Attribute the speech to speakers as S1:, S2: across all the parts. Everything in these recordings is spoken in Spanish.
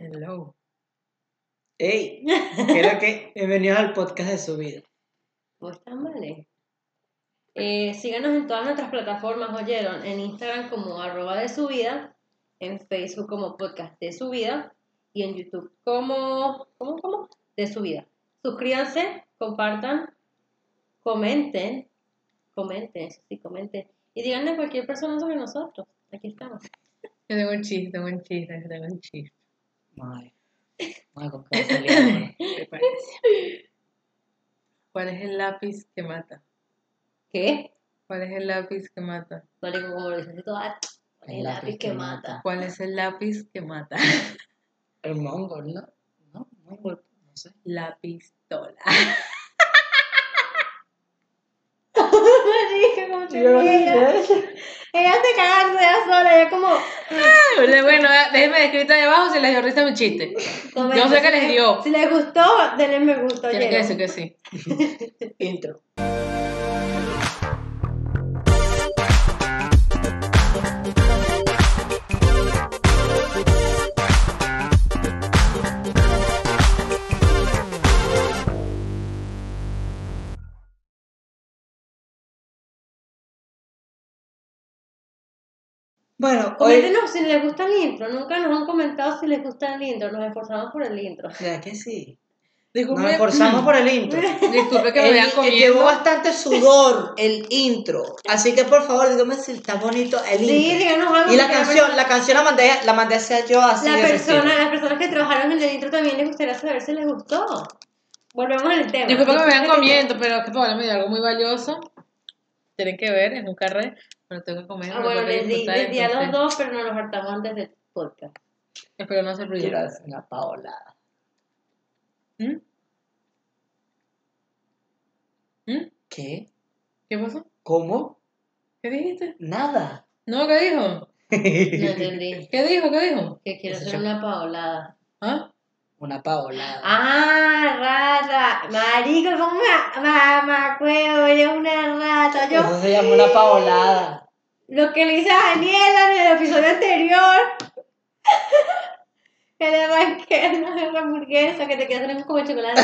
S1: Hello.
S2: Hey, creo que bienvenidos al podcast de su vida.
S3: ¿Cómo están, vale? Síganos en todas nuestras plataformas, ¿oyeron? En Instagram como @desubida, en Facebook como podcast de su vida y en YouTube como de su vida. Suscríbanse, compartan, comenten, eso sí, comenten. Y díganle a cualquier persona sobre nosotros. Aquí estamos.
S1: Yo tengo un chiste.
S2: Madre, ¿con qué va a salir ahora?
S1: ¿Qué parece? ¿Cuál es el lápiz que mata?
S3: ¿Qué?
S1: ¿Cuál es el lápiz que mata?
S3: Marico, como lo dices así todo, el lápiz que mata.
S1: ¿Cuál es el lápiz que mata?
S2: El mongol, ¿no? No, mongol, no sé.
S1: La pistola.
S3: Marico, como te ella se caga de sola, ella como...
S1: Bueno, déjenme escrito ahí abajo si les dio risa mi chiste.
S3: Comenta,
S1: Yo sé que les dio.
S3: Si les gustó, denle me gusta.
S1: Tiene que decir que sí.
S2: Intro. Bueno, hoy...
S3: Coméntenos si les gusta el intro. Nunca nos han comentado si les gusta el intro. Nos esforzamos por el intro.
S2: ¿Verdad que sí?
S1: Disculpe,
S2: Nos esforzamos por el intro.
S1: disculpe que me vean
S2: Llevó
S1: comiendo.
S2: bastante sudor el intro. Así que por favor, dígame si está bonito el
S3: Sí,
S2: intro.
S3: díganos algo.
S2: Y la canción la mandé a hacer yo así de ese estilo.
S3: Las personas que trabajaron en el intro también les gustaría saber si les gustó. Volvemos al tema.
S1: Disculpe que me vean comiendo, pero es que para me dio algo muy valioso. Tienen que ver, es un carré. Pero tengo que comer.
S3: Bueno, les di a los dos, pero nos los hartamos antes del podcast.
S1: Espero no hacer ruido.
S2: Quiero hacer una paolada. ¿Qué?
S1: ¿Qué pasó?
S2: ¿Cómo?
S1: ¿Qué dijiste?
S2: Nada.
S1: No, ¿qué dijo?
S3: No entendí.
S1: ¿Qué dijo?
S3: Que quiero hacer una paolada.
S1: ¿Ah?
S2: Una paolada.
S3: Ah, rata. Marico, ¿cómo me acuerdo? Ella es una rata.
S2: Eso se llama una paolada.
S3: Lo que le hice a Daniela en el episodio anterior. Que le arranqué la hamburguesa que te quedas como chocolate.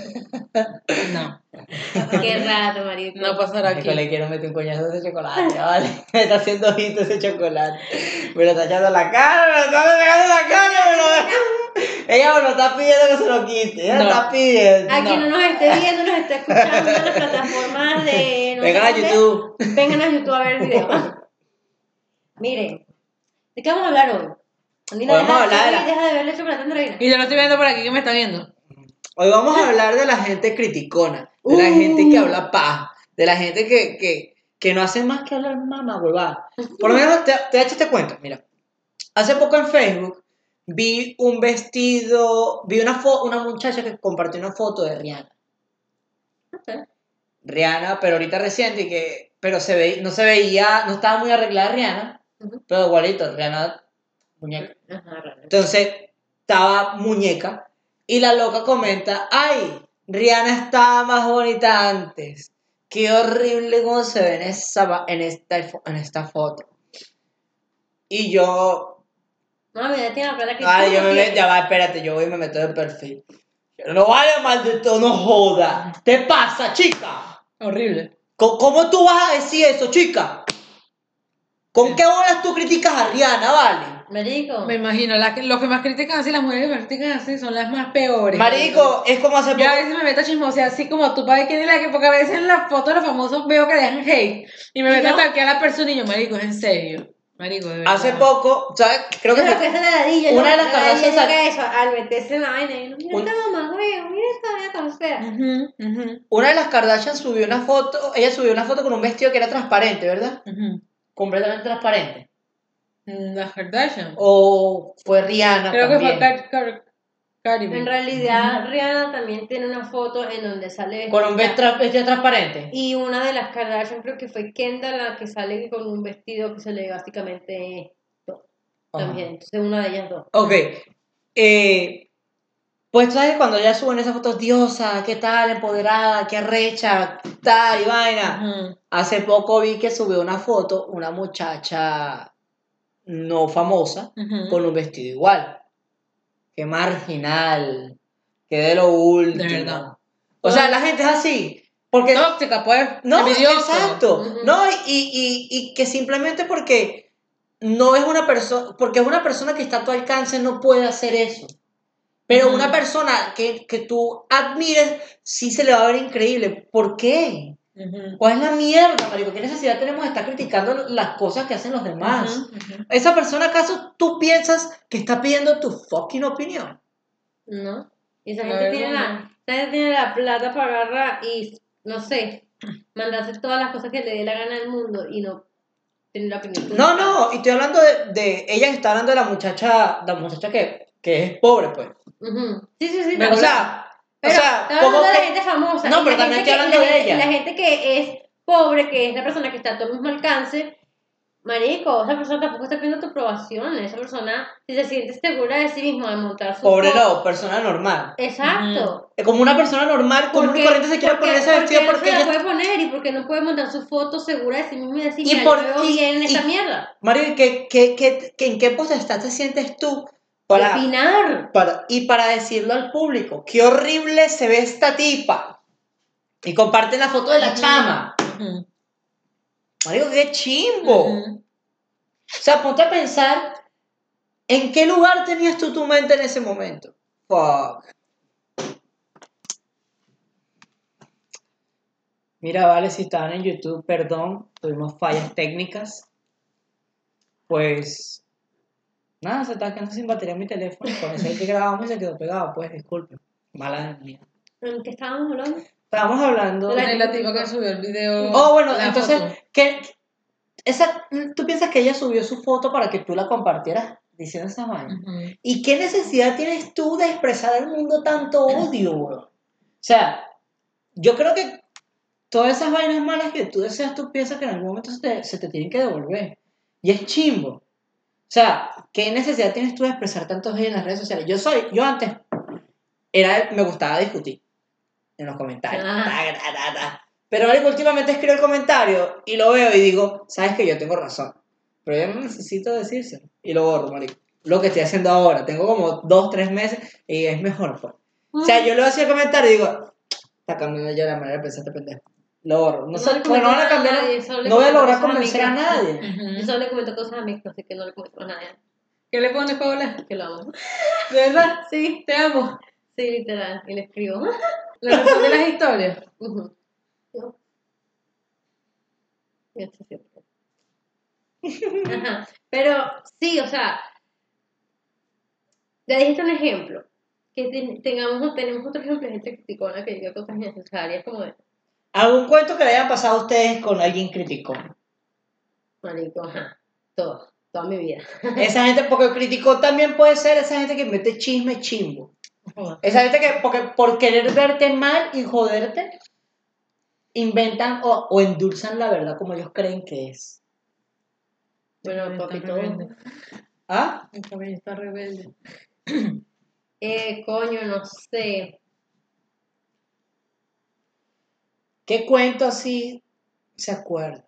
S1: No.
S3: Qué rato, marico.
S1: No pasará aquí.
S2: Que le quiero meter un coñazo de ese chocolate, ¿vale? Me está haciendo ojito ese chocolate. Me lo está echando en la cara, me lo está pegando en la cara, Ella me lo está pidiendo que se lo quite. Ella
S1: No.
S2: está pidiendo.
S3: A quien no nos esté viendo, nos está escuchando en las plataformas de... no sé
S2: Vengan a
S3: dónde.
S2: YouTube.
S3: Vengan a YouTube a ver el video. Miren, ¿de qué vamos a hablar hoy? Andina,
S2: Hoy vamos a hablar de la-
S3: deja de verle chocolate a Andreina.
S1: Y yo lo estoy viendo por aquí que me está viendo.
S2: Hoy vamos a hablar de la gente criticona, de la gente que habla paja, de la gente que no hace más que hablar mamá, huevada. Por lo menos te he hecho este cuento. Mira, hace poco en Facebook vi un vestido, vi una muchacha que compartió una foto de Rihanna.
S3: Okay.
S2: Rihanna, pero ahorita reciente, pero no se veía, no estaba muy arreglada Rihanna, pero igualito, Rihanna, muñeca.
S3: Ajá, raro.
S2: Entonces, estaba muñeca, y la loca comenta, ay, Rihanna estaba más bonita antes, qué horrible cómo se ve en esta foto. Y yo,
S3: Mami, ya tiene la plata que
S2: ay,
S3: tú tienes.
S2: ya va, espérate, yo voy y me meto de perfil. No vale mal de todo, no joda. ¿Te pasa, chica?
S1: Horrible.
S2: ¿Cómo tú vas a decir eso, chica? ¿Con qué bolas tú criticas a Rihanna, vale?
S3: Marico.
S1: Me imagino, los que más critican así, las mujeres que más critican así son las más peores.
S2: Marico, es como hace
S1: Yo a veces me meto a chismosear así como tú para ver quién es la que, porque a veces en las fotos de los famosos veo que dejan hate y me meto a talquear a la persona y yo, marico, es en serio. Marico, de verdad.
S2: Hace poco, ¿sabes? Creo que
S3: Yo creo que es la ladilla.
S2: una de las
S3: la
S2: Kardashian
S3: ladilla que eso, al meterse en la vaina. Y mira
S2: Un-
S3: esta mamá, güey, mira esta vaina tan fea.
S2: una de las Kardashian subió una foto, ella subió una foto con un vestido que era transparente, ¿verdad? Completamente transparente.
S1: Las Kardashian.
S2: O fue Rihanna
S1: Creo
S2: también.
S1: que fue Cardi.
S3: En realidad, Rihanna también tiene una foto en donde sale
S2: Con un
S3: vestida.
S2: vestido transparente.
S3: Y una de las Kardashian, creo que fue Kendall, la que sale con un vestido que se le ve básicamente todo. También. Entonces, una de ellas dos.
S2: Ok. Pues sabes cuando ya suben esas fotos, diosa, qué tal, empoderada, qué arrecha, tal y vaina. Hace poco vi que subió una foto, una muchacha no famosa, con un vestido igual. qué marginal, qué de lo último.
S1: De verdad.
S2: O sea, la gente es así. Porque
S1: Tóxica, pues.
S2: no,
S1: Envidioso.
S2: exacto.
S3: Ujú.
S2: No, y que simplemente porque no es una persona, porque es una persona que está a tu alcance, no puede hacer eso. Pero
S1: Ujú.
S2: una persona que tú admires, sí se le va a ver increíble. ¿Por qué?
S1: Ujú.
S2: ¿Cuál es la mierda, marico? ¿Qué necesidad tenemos de estar criticando las cosas que hacen los demás?
S1: Ujú, ujú.
S2: ¿Esa persona acaso tú piensas que está pidiendo tu fucking opinión?
S3: ¿No? Y esa
S1: La
S3: gente
S1: verdad,
S3: esa gente tiene la plata para agarrar y, no sé, mandarse todas las cosas que le dé la gana del mundo y no tener la opinión tuya.
S2: No, y estoy hablando de ella que está hablando de la muchacha que es pobre, pues.
S3: Ujú. Sí,
S1: Me
S2: O sea,
S3: pero está hablando
S2: ¿cómo
S3: de la
S2: que-
S3: gente famosa.
S2: No,
S3: y
S2: pero
S3: la
S2: también
S3: gente
S2: estoy hablando de
S3: y la
S2: ella.
S3: gente que es pobre, que es la persona que está a tu mismo alcance, marico, esa persona tampoco está pidiendo tu aprobación. Esa persona, si se siente segura de sí misma de montar su
S2: Pobre
S3: foto.
S2: no, persona normal.
S3: Exacto.
S2: Como una persona normal, común y corriente se quiere poner ese vestido
S3: porque no
S2: porque
S3: se la
S2: ella...
S3: puede poner y porque no puede montar su foto segura de sí misma y decir,
S2: Y
S3: mira,
S2: por
S3: yo me veo
S2: y-
S3: bien en esta
S2: y-
S3: mierda.
S2: Mario, ¿en qué potestad te sientes tú
S3: De opinar.
S2: para decirlo al público? ¡Qué horrible se ve esta tipa! Y comparten la foto de la chama.
S1: Ujú.
S2: Mario, qué chimbo.
S1: Ujú.
S2: O sea, ponte a pensar en qué lugar tenías tú tu mente en ese momento. Fuck. Mira, vale, si estaban en YouTube, perdón, tuvimos fallas técnicas. Pues nada, se está quedando sin batería mi teléfono. Con ese que grabamos se quedó pegado, pues disculpe. Mala mía.
S3: ¿En qué estábamos hablando?
S2: Estábamos hablando.
S3: De
S1: De la tipa que subió el video.
S2: Oh, bueno,
S1: la
S2: entonces,
S1: foto.
S2: ¿tú piensas que ella subió su foto para que tú la compartieras diciendo esa vaina?
S1: Ujú.
S2: ¿Y qué necesidad tienes tú de expresar al mundo tanto odio, bro? O sea, yo creo que todas esas vainas malas que tú deseas, tú piensas que en algún momento se te tienen que devolver. Y es chimbo. O sea, ¿qué necesidad tienes tú de expresar tantos odio en las redes sociales? Yo antes me gustaba discutir en los comentarios.
S3: Ah.
S2: Ta. Pero marico, últimamente escribo el comentario y lo veo y digo, sabes que yo tengo razón. Pero yo no necesito decírselo. Y lo borro, marico. Lo que estoy haciendo ahora. Tengo como 2, 3 meses y es mejor, pues. O sea, yo leo así el comentario y digo, está cambiando ya la manera de pensar este pendejo. Lo borro. No sé,
S3: le
S2: pues no van a
S3: comento
S2: cambiar.
S3: nada a nadie, solo le
S2: No voy a
S3: comento
S2: lograr
S3: cosas
S2: convencer a
S3: micro.
S2: nadie.
S1: Ujú.
S3: Yo solo le comento cosas a mí, así que no le comento a nadie.
S1: ¿Qué le pones, Paula?
S3: Que lo amo.
S1: ¿De verdad?
S3: Sí,
S1: Te amo.
S3: sí, literal. Y le escribo.
S1: Le responde las historias.
S3: Ujú. Yo. Y esto siempre. Ajá. Pero sí, o sea, le dijiste un ejemplo. Que tenemos otro ejemplo de gente criticona que diga cosas innecesarias como de,
S2: ¿Algún cuento que le hayan pasado a ustedes con alguien crítico?
S3: marico, ajá, toda mi vida.
S2: Esa gente, porque crítico también puede ser esa gente que mete chisme chimbo. Esa gente que, porque por querer verte mal y joderte, inventan o endulzan la verdad como ellos creen que es.
S3: Bueno,
S1: Está
S3: papito.
S1: rebelde.
S2: ¿Ah?
S1: El cabello está rebelde.
S3: Coño, no sé.
S2: ¿Qué cuento así se acuerda?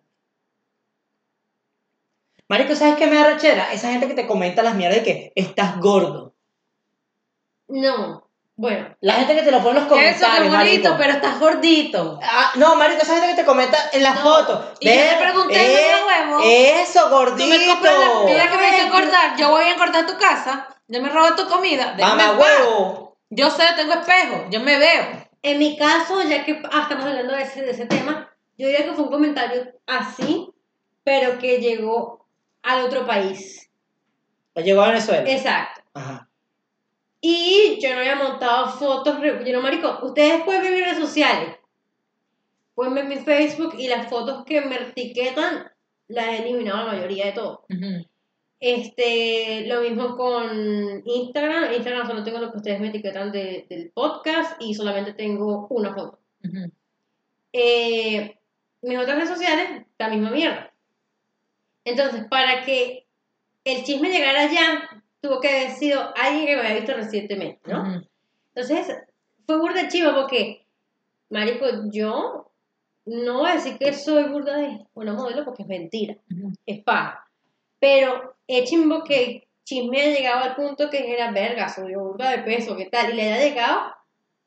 S2: Marico, ¿sabes qué me da rechera? Esa gente que te comenta las mierdas de que estás gordo.
S3: No, bueno.
S2: La gente que te lo pone en los
S1: Eso, qué
S2: comentarios,
S1: bonito,
S2: marico.
S1: pero estás gordito.
S2: No, marico, esa gente que te comenta en las
S3: No.
S2: fotos.
S1: Y yo te pregunté, ¿no, huevo?
S2: Eso, gordito.
S1: Tú me compras la comida que me hizo engordar. Yo voy a engordar tu casa. Yo me robo tu comida. Déjame
S2: Mamá
S1: en paz.
S2: huevo.
S1: Yo sé, tengo espejo. Yo me veo.
S3: En mi caso, ya que estamos hablando de ese tema, yo diría que fue un comentario así, pero que llegó al otro país.
S2: Llegó a Venezuela.
S3: Exacto.
S2: Ajá.
S3: Y yo no había montado fotos, yo no, marico, ustedes pueden ver mis redes sociales, pueden ver mi Facebook y las fotos que me etiquetan, las he eliminado la mayoría de todo.
S1: Ujú.
S3: Lo mismo con Instagram solo tengo lo que ustedes me etiquetan del podcast y solamente tengo una foto.
S1: Ujú.
S3: Mis otras redes sociales, la misma mierda. Entonces, para que el chisme llegara allá, tuvo que haber sido alguien que me había visto recientemente, ¿no?
S1: Ujú.
S3: Entonces, fue burda chiva porque, marico, yo no voy a decir que soy burda de una modelo porque es mentira,
S1: Ujú.
S3: es paja. Pero es chimbo que chisme haya llegado al punto que era verga, subió burda de peso, ¿qué tal? Y le haya llegado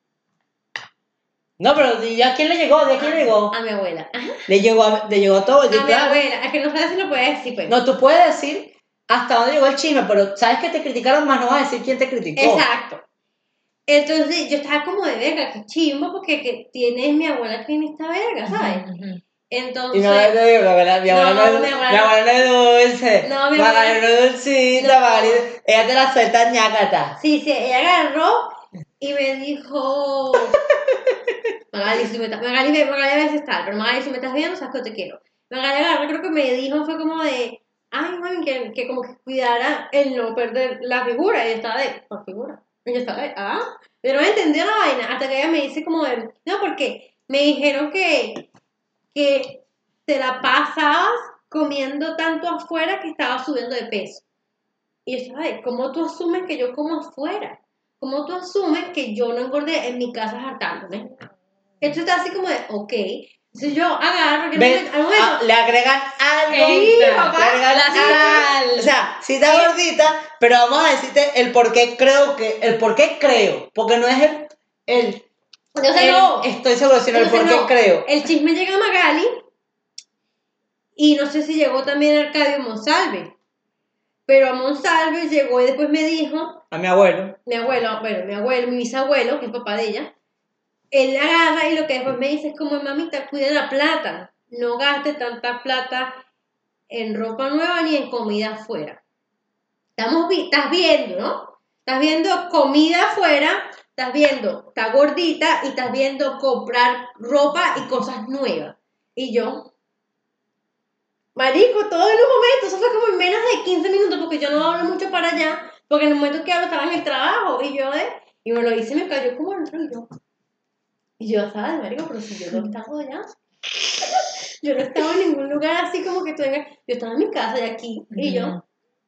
S2: No, pero ¿y a quién le llegó? ¿De quién le llegó?
S3: a mi abuela. Ajá.
S2: Le llegó a todo.
S3: A mi
S2: Claro.
S3: abuela, es que no sabes si lo puedes decir, pues.
S2: No, tú puedes decir hasta dónde llegó el chisme, pero sabes que te criticaron más, no vas a decir quién te criticó.
S3: Exacto. Entonces yo estaba como de verga, qué chimbo, porque que tiene mi abuela que tiene esta verga, ¿sabes? Entonces.
S2: Y mi abuela no digo, mi abuela no es dulce.
S3: No, mi
S2: Magali
S3: abuela-
S2: no es dulcita,
S3: No.
S2: Magali, ella te la suelta ñácata.
S3: Sí, ella agarró y me dijo. Magali, si me estás. Magali a veces tal, pero Magali, si me estás viendo, sabes que te quiero. Magali agarró, creo que me dijo, fue como de. Ay, mami, que como que cuidara el no perder la figura. Y yo estaba de. ¿Por figura? Y yo estaba de. Pero no entendí la vaina. Hasta que ella me dice como de. No, porque me dijeron que te la pasabas comiendo tanto afuera que estabas subiendo de peso. Y yo estaba de. ¿Cómo tú asumes que yo como afuera? ¿Cómo tú asumes que yo no engordé en mi casa hartándome? Entonces está así como de, ok. Entonces yo agarro, que
S2: ¿Ves?
S3: al momento,
S2: Le agregan algo.
S1: Extra.
S2: Le agregan
S1: La sal.
S2: O sea, si está gordita, pero vamos a decirte el por qué creo. Porque no es
S3: entonces no.
S2: estoy seguro, sino el
S3: Entonces
S2: por qué
S3: no.
S2: creo.
S3: El chisme llega a Magali y no sé si llegó también Arcadio Monsalve. Pero a Monsalve llegó y después me dijo,
S2: A mi abuelo.
S3: mi abuelo, mi bisabuelo, que es papá de ella, él la agarra y lo que después me dice es como, mamita, cuida la plata, no gaste tanta plata en ropa nueva ni en comida afuera. Estás viendo, ¿no? Estás viendo comida afuera, estás viendo, está gordita y estás viendo comprar ropa y cosas nuevas. Y yo, marico, todo en un momento, eso fue como en menos de 15 minutos, porque yo no hablo mucho para allá, porque en el momento que hablo estaba en el trabajo, y me lo hice y me cayó como dentro, y yo, ¿sabes, marico? Pero si yo no estaba allá, yo no estaba en ningún lugar así como que tú vengas, yo estaba en mi casa y aquí, y yo,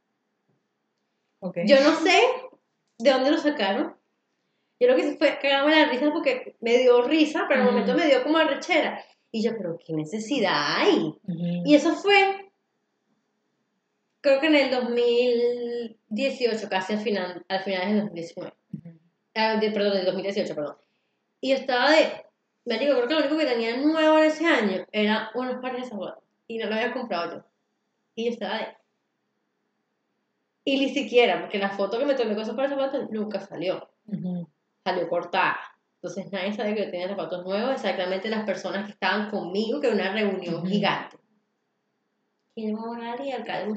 S1: Okay.
S3: yo no sé de dónde lo sacaron. Yo lo que hice fue cagarme la risa porque me dio risa, pero al momento me dio como arrechera. Y yo, pero ¿qué necesidad hay? Y eso fue, creo que en el 2018, casi al final del 2019. Perdón, del 2018, perdón. Y yo estaba me digo, creo que lo único que tenía nuevo en ese año era unos pares de zapatos. Y no lo había comprado yo. Y yo estaba y ni siquiera, porque la foto que me tomé con esos pares de zapatos nunca salió. Salió cortada. Entonces nadie sabe que yo tenía zapatos nuevos, exactamente las personas que estaban conmigo, que era una reunión gigante. Y Magali y Alcalde.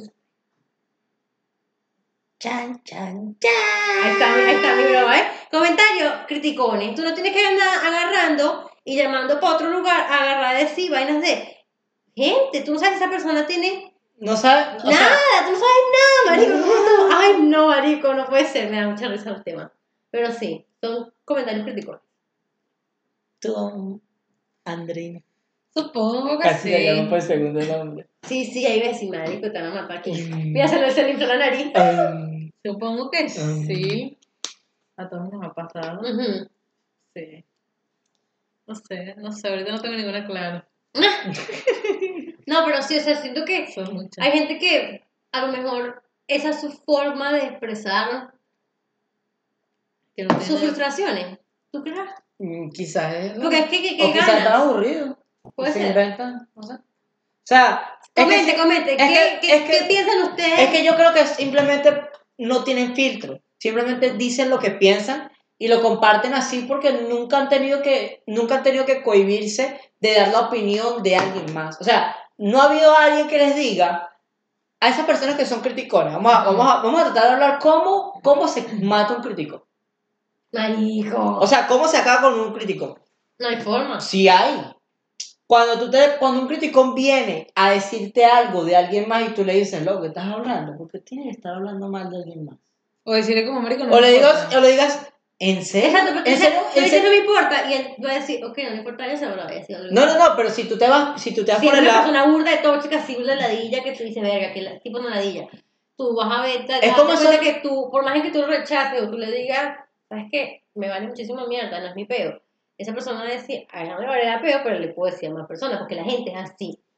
S2: Chan, chan, chan.
S3: Ahí está mi broma, ¿eh? Comentario, criticones. Tú no tienes que andar agarrando y llamando para otro lugar a agarrar de sí vainas de gente. Tú no sabes si esa persona tiene
S2: No sabes.
S3: nada, tú no sabes nada, marico. Ay, no, marico, no puede ser. Me da mucha risa el tema. Pero sí, son comentarios criticones.
S2: Tú, Andrina.
S1: Supongo que
S2: Casi
S1: sí.
S2: le llamo por el segundo nombre.
S3: Sí, ahí ves, marico, te van a matar aquí. Mira, se le infló la nariz.
S1: Supongo que sí. A todos nos ha pasado.
S3: Ujú.
S1: Sí. No sé, ahorita no tengo ninguna clara.
S3: No, pero sí, o sea, siento que
S1: Son muchas.
S3: hay gente que a lo mejor esa es su forma de expresar
S1: Que no
S3: sus
S1: tiene-
S3: frustraciones. ¿Tú crees?
S2: Quizás es.
S3: Porque es que
S2: o quizás
S3: ganas.
S2: están aburridos.
S3: Puede
S2: Se
S3: ser.
S2: inventan, no sé. O sea,
S3: Comente.
S2: es
S3: ¿Qué piensan ustedes?
S2: Es que yo creo que simplemente no tienen filtro. Simplemente dicen lo que piensan y lo comparten así porque nunca han tenido que cohibirse de dar la opinión de alguien más. O sea, no ha habido alguien que les diga a esas personas que son criticonas. Vamos a tratar de hablar cómo se mata un crítico.
S3: Marico.
S2: O sea, cómo se acaba con un crítico.
S3: No hay forma.
S2: Sí hay. Cuando un criticón viene a decirte algo de alguien más y tú le dices, loco, ¿qué estás hablando? ¿Por qué tienes que estar hablando mal de alguien más?
S1: O decirle como marico, no
S2: O
S1: me
S2: le
S1: importa.
S2: digas, ¿en serio?
S3: Exacto, pero
S2: ¿En serio?
S3: tú dices no me importa y él va a decir, ok, no me importa, ya se lo voy a decir.
S2: No, pero si tú te vas
S3: Si
S2: por
S3: es
S2: el
S3: una
S2: lado...
S3: persona burda de tóxica, así burda de ladilla, que tú dices, verga, que tipo de ladilla. Tú vas a ver,
S2: Es como
S3: cuenta
S2: eso-
S3: que tú, por más que tú lo rechaces o tú le digas, ¿sabes qué? Me vale muchísimo mierda, no es mi peo. Esa persona va a decir, a ella no le vale la peo, pero le puedo decir a más personas, porque la gente es así.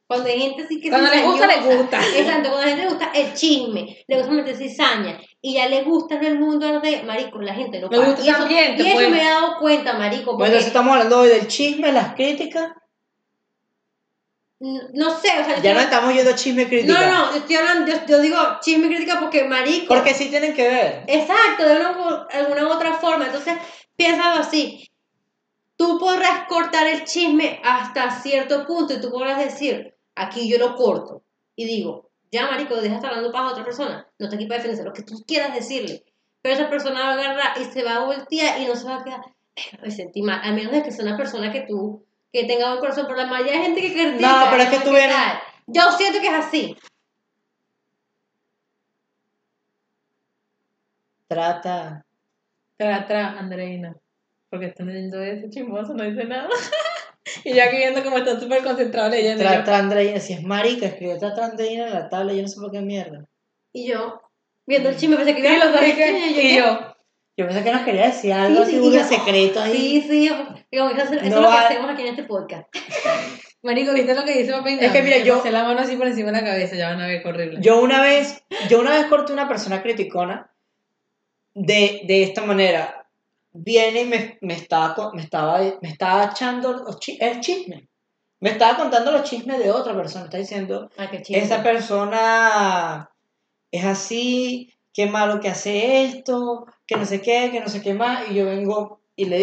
S3: Cuando hay gente así que
S1: Cuando
S3: es
S1: le gusta, le
S3: cizañosa.
S1: gusta.
S3: Exacto, cuando a la gente le gusta el chisme, le gusta meter cizaña y ya le gusta en el mundo de marico, la gente no
S1: Me
S3: para.
S1: gusta
S3: Y eso,
S1: también, te
S3: y eso
S1: puede-
S3: me he dado cuenta, marico,
S2: Bueno,
S3: porque
S2: entonces estamos hablando hoy del chisme, las críticas.
S3: no sé, o sea,
S2: Ya no estamos yendo chisme crítica.
S3: no, yo estoy hablando, yo digo chisme y crítica porque marico.
S2: Porque sí tienen que ver.
S3: Exacto, de alguna u otra forma. Entonces, piénsalo así. Tú podrás cortar el chisme hasta cierto punto y tú podrás decir, aquí yo lo corto. Y digo, ya, marico, deja de estar hablando para otra persona. No te aquí para defenderse, lo que tú quieras decirle. Pero esa persona va a agarrar y se va a voltear y no se va a quedar, me sentí mal. A menos de que sea una persona que tenga un corazón. Por la mayoría de gente que critica.
S2: No, pero es que tú
S3: ¿qué
S2: vienes-
S3: tal? Yo siento que es así.
S2: Trata.
S1: Andreina. Porque están leyendo ese chismoso, no dice nada. Y yo aquí viendo cómo está súper concentrado leyendo. y yo,
S2: Trata Andreina. Si es marica, escribe Trata Andreina en la tabla. Yo no sé por qué mierda.
S3: Y yo, viendo el chisme, pensé que
S1: Sí,
S3: iba a
S1: los dos y
S3: decir,
S1: que- y yo.
S2: Yo pensé que nos quería decir algo así, un
S3: y yo,
S2: secreto ahí.
S3: Sí, digo, eso es
S2: No
S3: lo que
S2: va-
S3: hacemos aquí en este podcast.
S1: Marico, ¿viste lo que dice Papi?
S2: Es que mira, yo-
S1: pasé la mano así por encima de la cabeza, ya van a ver, qué horrible.
S2: Yo una vez corté una persona criticona de esta manera. Viene y me estaba echando el chisme. Me estaba contando los chismes de otra persona. Está diciendo,
S3: Ay, qué chido.
S2: esa persona es así, qué malo que hace esto, que no sé qué más. Y yo vengo y le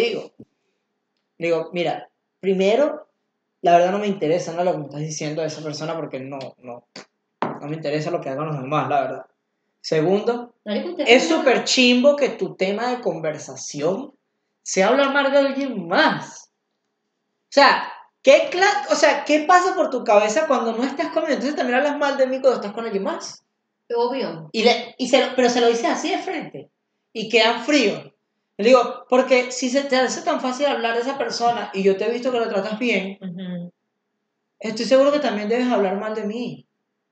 S2: digo, mira, primero, la verdad no me interesa lo que me estás diciendo de esa persona porque no me interesa lo que hagan los demás, la verdad. Segundo,
S3: Marico, usted
S2: es
S3: sabe-
S2: súper chimbo que tu tema de conversación sea hablar mal de alguien más. O sea, ¿qué pasa por tu cabeza cuando no estás conmigo? Entonces también hablas mal de mí cuando estás con alguien más.
S3: Obvio.
S2: Pero se lo dices así de frente. Y quedan fríos. Le digo, porque si se te hace tan fácil hablar de esa persona y yo te he visto que la tratas bien,
S1: Ujú.
S2: estoy seguro que también debes hablar mal de mí.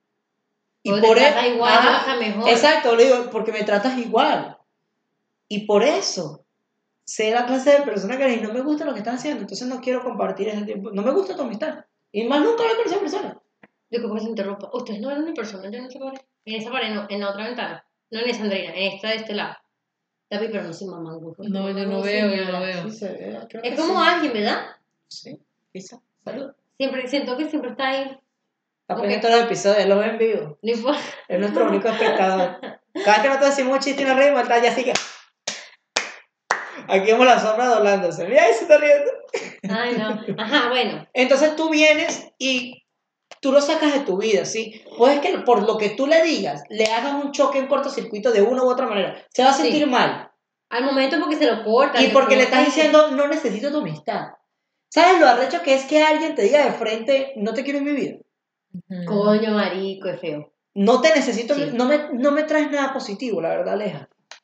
S3: O te trata igual,
S2: Ajá,
S3: hasta mejor.
S2: exacto, le digo, porque me tratas igual. Y por eso, sé la clase de persona que eres y no me gusta lo que estás haciendo, entonces no quiero compartir ese tiempo. No me gusta tu amistad. Y más nunca hablar con esa persona.
S3: Yo creo que se interrumpa. Ustedes no ven mi persona, yo en esa pared. En esa pared, no, en la otra ventana. No en esa Andreina, en esta de este lado. David, pero no soy mamá,
S1: No, yo no veo, yo no veo.
S2: Sí, se ve, creo
S3: Es
S2: que
S3: como
S2: sí.
S3: alguien, ¿verdad?
S2: Sí, quizá. Salud.
S3: Siempre, siento que siempre está ahí.
S2: Está
S3: Ok.
S2: pendiente de los episodios, lo ven en vivo.
S3: No importa.
S2: Es nuestro único espectador. Cada vez que nosotros decimos un chiste y nos reímos, está ya así que. Aquí vemos la sombra doblándose. Mira, ahí se está riendo.
S3: Ay, no. Ajá, bueno.
S2: Entonces tú vienes y tú lo sacas de tu vida, ¿sí? Puedes que por lo que tú le digas, le hagas un choque en cortocircuito de una u otra manera. Se va a sentir
S3: Sí.
S2: mal.
S3: Al momento porque se lo corta.
S2: Y
S3: se
S2: porque le
S3: corta
S2: estás diciendo, no necesito tu amistad. ¿Sabes lo arrecho que es que alguien te diga de frente, no te quiero en mi vida?
S1: Ujú.
S3: Coño, marico, es feo.
S2: No te necesito,
S3: Sí.
S2: no me traes nada positivo, la verdad, Aleja.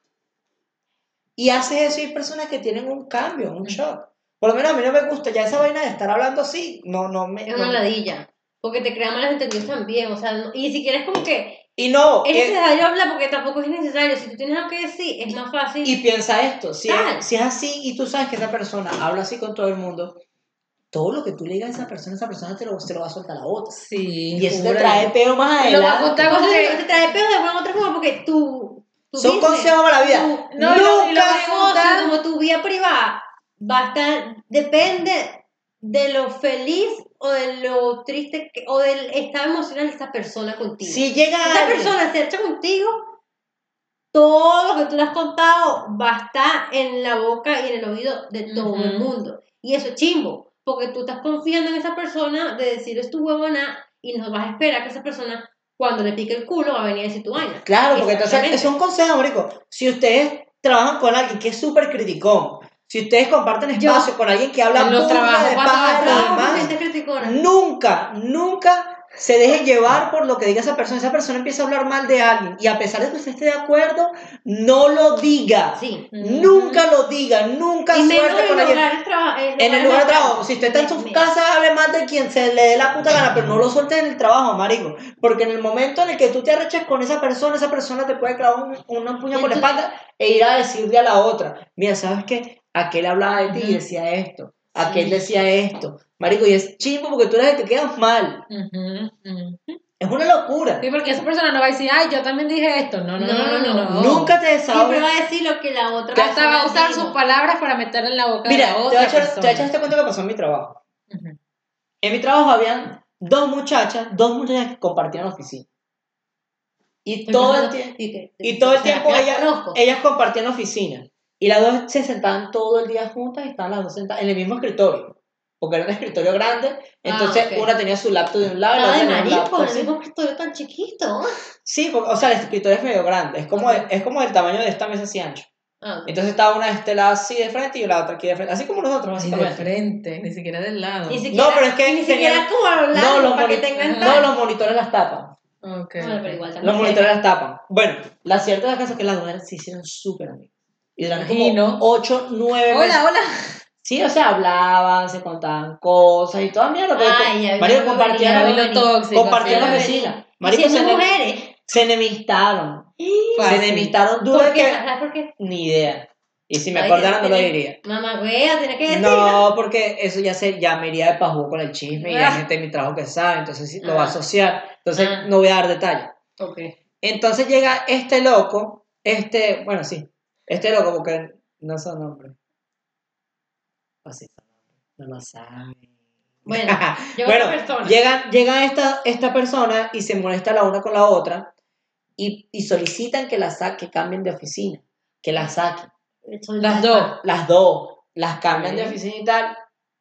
S2: Y haces eso y hay personas que tienen un cambio, un shock. Por lo menos a mí no me gusta ya esa vaina de estar hablando así. No me...
S3: Es una ladilla. Porque te crea malos entendidos también. O sea, y si quieres como que
S2: Y no,
S3: es necesario hablar porque tampoco es necesario. Si tú tienes algo que decir, es más fácil.
S2: y piensa esto, si
S3: Tal.
S2: es así y tú sabes que esa persona habla así con todo el mundo, todo lo que tú le digas a esa persona se lo va a soltar a la otra.
S1: Sí.
S2: Y eso te
S1: jura.
S2: trae peo más
S1: Y lo va a
S2: adelante.
S1: contar con
S3: Entonces,
S1: que-
S3: te trae peor de alguna otra forma porque tu
S2: Son
S3: business,
S2: consejos para la vida.
S3: tu-
S1: No, y lo
S2: Nunca
S1: va a contar.
S3: negocio, como tu vida privada, va a estar, depende de lo feliz o de lo triste o del estado emocional de esa persona contigo.
S2: Si llega
S3: Esa
S2: alguien,
S3: persona se echa contigo, todo lo que tú le has contado va a estar en la boca y en el oído de todo
S1: Ujú.
S3: el mundo. Y eso es chimbo, porque tú estás confiando en esa persona de decir es tu huevona y no vas a esperar que esa persona, cuando le pique el culo, va a venir a decir tu vaina.
S2: claro, porque entonces
S3: Exactamente.
S2: es un consejo, marico. Si ustedes trabajan con alguien que es súper criticón, si ustedes comparten espacio con alguien que habla
S1: en los
S2: burda
S1: trabajos,
S2: de
S1: cuando
S2: paja y lo
S3: Trabajo con
S2: demás,
S3: gente criticona.
S2: nunca se dejen llevar por lo que diga esa persona. Esa persona empieza a hablar mal de alguien y a pesar de que usted esté de acuerdo, no lo diga.
S3: Sí.
S2: Nunca lo diga, nunca
S3: Y menos
S2: suelte
S3: en
S2: con alguien.
S3: lugares
S2: En el lugar de trabajo, si usted está en su casa, hable mal de quien se le dé la puta gana, pero no lo suelte en el trabajo, marico. Porque en el momento en el que tú te arreches con esa persona te puede clavar una puña por la espalda e ir a decirle a la otra, mira, ¿sabes qué? Aquel hablaba de ti y decía esto. aquel decía esto. Marico, y es chimbo porque tú eres el que quedas mal. Es una locura.
S1: Sí, porque esa persona no va a decir, ay, yo también dije esto. No.
S2: Nunca te
S3: Siempre
S2: desahogas.
S3: va a decir lo que la otra
S1: Hasta va a usar
S3: dijo.
S1: sus palabras para meterle en la boca
S2: Mira,
S1: de la
S2: te voy
S1: otra
S2: a echar
S1: persona.
S2: este cuento que pasó en mi trabajo.
S1: Ujú.
S2: En mi trabajo habían dos muchachas que compartían oficina. Y todo el tiempo, ellas compartían oficina. Y las dos se sentaban todo el día juntas y estaban las dos sentadas en el mismo escritorio. Porque era un escritorio grande. Entonces
S3: ok.
S2: una tenía su laptop de un lado y la
S3: Nada
S2: otra
S3: de
S2: tenía un
S3: marico,
S2: laptop.
S3: el mismo escritorio tan chiquito.
S2: Sí, o sea, el escritorio es medio grande. Es como,
S3: Ok.
S2: es como el tamaño de esta mesa así ancho.
S3: Ah, ok.
S2: Entonces estaba una de este lado así de frente y la otra aquí de frente. Así como nosotros,
S1: Así de
S2: básicamente.
S1: frente, ni siquiera del lado.
S3: Ni siquiera,
S2: No, pero es que
S3: ni siquiera
S2: tenían-
S3: como hablar
S2: No, los,
S3: para que
S2: moni-
S3: tengan
S2: no, los monitores las tapan.
S1: Ok.
S3: Bueno, pero igual
S2: Los
S3: también
S2: monitores las tapan. Bueno, la cierta de la casa es que las dos se hicieron súper amigas. Y durante como
S1: Imagino.
S2: 8, 9 meses.
S1: Hola.
S2: Sí, o sea, hablaban, se contaban cosas y toda mierda. Porque
S3: Ay, ya vi,
S2: marico,
S3: ya vi,
S2: compartían
S3: ya
S1: Ya
S3: vi.
S1: vi lo tóxico.
S2: compartían
S1: así,
S2: la
S1: ya.
S2: vecina.
S3: Y siendo mujeres.
S2: Se enemistaron. Se
S1: Fácil.
S2: enemistaron duro
S3: ¿Por
S2: de
S3: qué?
S2: que...
S3: ¿Sabes por qué?
S2: Ni idea. Y si me
S3: Ay,
S2: acordara no lo
S3: tenés-
S2: diría.
S3: Mamá, güey, tenés que decirlo.
S2: No, porque eso ya me iría de pajú con el chisme y hay
S3: Ah.
S2: gente de mi trabajo que sabe, entonces sí, lo va a
S3: Ah.
S2: asociar. Entonces
S3: Ah.
S2: no voy a dar detalles.
S3: Ok.
S2: Entonces llega este loco, bueno, sí, este loco, porque no son nombres. Así son nombres, no lo saben.
S3: Bueno, llega
S2: Bueno,
S3: otra persona.
S2: llega esta persona y se molesta la una con la otra y solicitan que cambien de oficina, que la saquen.
S1: Las dos.
S2: Las dos, las cambian de
S1: Ok.
S2: oficina y tal.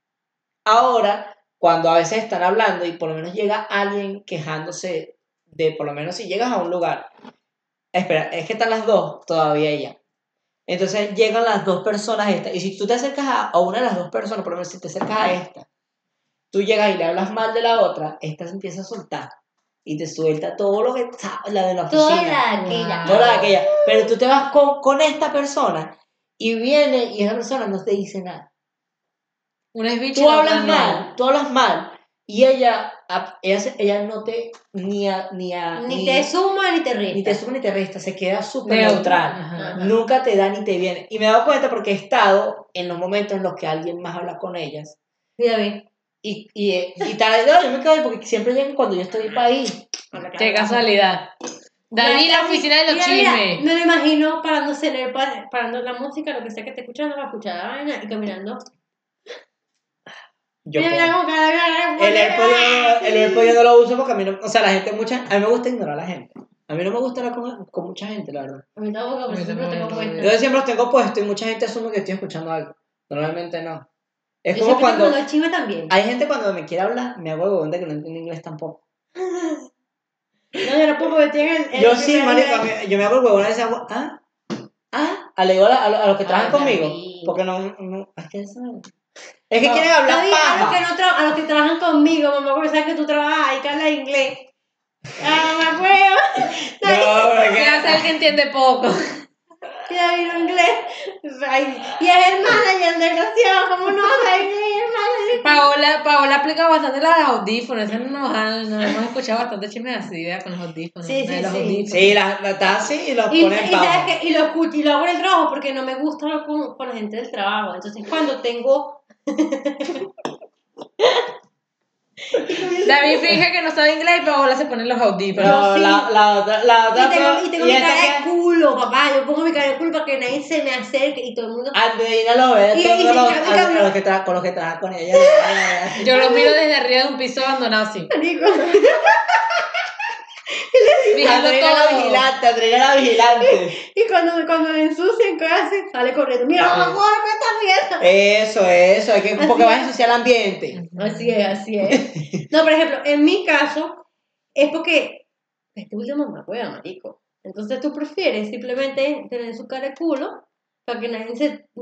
S2: Ahora, cuando a veces están hablando y por lo menos llega alguien quejándose de, por lo menos si llegas a un lugar, espera, es que están las dos todavía ella. Entonces llegan las dos personas estas, y si tú te acercas a una de las dos personas, por lo menos si te acercas a esta, tú llegas y le hablas mal de la otra, esta se empieza a soltar y te suelta todo lo que está, la de la oficina.
S3: Toda la aquella.
S1: Wow.
S2: Toda la de aquella. Pero tú te vas con esta persona y viene y esa persona no te dice nada.
S1: Una es bicha y
S2: Tú
S1: la otra
S2: hablas
S1: no.
S2: mal, tú hablas mal. Y ella no te
S3: Ni te suma ni te resta.
S2: ni te suma ni te resta, se queda súper
S1: Neutral.
S2: neutral.
S1: Ajá.
S2: Nunca te da ni te viene. Y me he dado cuenta porque he estado en los momentos en los que alguien más habla con ellas.
S3: Mira, bien.
S2: Y tal, no, yo me quedo ahí porque siempre llegan cuando yo estoy para ahí.
S1: Qué casualidad. David, la oficina de los
S3: Mira,
S1: chismes.
S3: me lo imagino parando la música, lo que sea que esté escuchando, para escuchar la vaina y caminando.
S2: Yo
S3: Mira,
S2: como-
S3: como cada
S2: el AirPod yo no lo uso porque a mí no, o sea, a mí me gusta ignorar a la gente. A mí no me gusta hablar con mucha gente, la verdad.
S3: A mí tampoco, por
S1: A mí
S3: eso lo tengo
S1: tampoco.
S3: puesto.
S2: Yo siempre los tengo puestos y mucha gente asume que estoy escuchando algo. Normalmente no. Es
S3: Yo
S2: como
S3: siempre
S2: cuando
S3: tengo los chismes también.
S2: hay gente cuando me quiere hablar, me hago huevón de que no entiendo inglés tampoco.
S3: No, yo no puedo porque tienen el
S2: Yo sí,
S3: primer
S2: marica,
S3: nivel.
S2: yo me hago el huevón a veces hago, le digo a los que trabajan
S3: Ay,
S2: conmigo.
S3: David.
S2: Porque no, es que eso es que
S3: No,
S2: quieren hablar
S3: David,
S2: paja.
S3: a los que trabajan conmigo, mamá, porque sabes que tú trabajas y que hablas inglés. Ah, me acuerdo.
S2: No,
S1: ¿Qué
S2: porque
S1: hace el que entiende poco?
S3: Que David no inglés. Ay, y es el manager, desgraciado. ¿Cómo no habla inglés? Es el manager.
S1: Paola aplica bastante los audífonos. Esa nos hemos escuchado bastante chismes así, ¿verdad? Con los audífonos.
S3: Sí,
S1: la de
S3: sí,
S1: los
S3: sí.
S1: audífonos.
S2: sí, la está así y los
S3: Y
S2: pone en
S3: sabes
S2: pausa.
S3: que, y lo escucho y lo hago en el trabajo porque no me gusta hablar con la gente del trabajo. Entonces, cuando tengo.
S1: David finge que no sabe inglés y Paola se pone los audífonos.
S2: No,
S3: sí.
S2: la otra
S3: Y tengo mi
S2: esta
S3: cara de
S2: que
S3: culo, papá. Yo pongo mi cara de culo para que nadie se me acerque y todo el mundo.
S2: Andreina lo ve,
S3: Y
S2: todos
S3: se
S2: los,
S3: cambia.
S2: a los que con los que trabaja con ella.
S1: Yo los miro desde arriba de un piso abandonado así.
S3: Marico.
S1: Fijando todo.
S2: Andreina la vigilante.
S3: Y cuando me ensucian, ¿qué hace? Sale corriendo. Mira,
S2: Sí.
S3: amor, ¿qué estás viendo?
S2: Eso, hay que,
S3: Así
S2: porque vas a
S3: es.
S2: ensuciar el ambiente.
S3: Así es. No, por ejemplo, en mi caso, es porque este último me acuerdo, marico. Entonces tú prefieres simplemente tener su cara de culo para que nadie